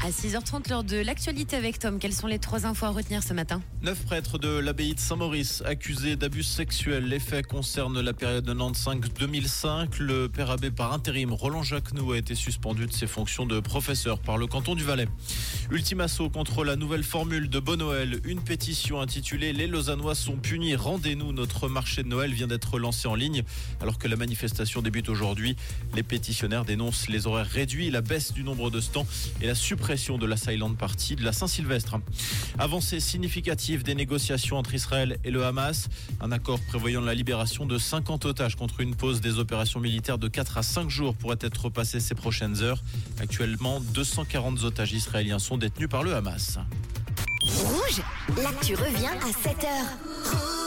À 6h30, l'heure de l'actualité avec Tom. Quelles sont les 3 infos à retenir ce matin ? 9 prêtres de l'abbaye de Saint-Maurice accusés d'abus sexuels. Les faits concernent la période 95-2005. Le père abbé par intérim, Roland Jacquenoux, a été suspendu de ses fonctions de professeur par le canton du Valais. Ultime assaut contre la nouvelle formule de Bon Noël. Une pétition intitulée « Les Lausannois sont punis, rendez-nous ». Notre marché de Noël vient d'être lancé en ligne alors que la manifestation débute aujourd'hui. Les pétitionnaires dénoncent les horaires réduits, la baisse du nombre de stands et la suppression de la Silent Party de la Saint-Sylvestre. Avancée significative des négociations entre Israël et le Hamas. Un accord prévoyant la libération de 50 otages contre une pause des opérations militaires de 4 à 5 jours pourrait être passée ces prochaines heures. Actuellement, 240 otages israéliens sont détenus par le Hamas. Rouge, l'actu revient à 7h.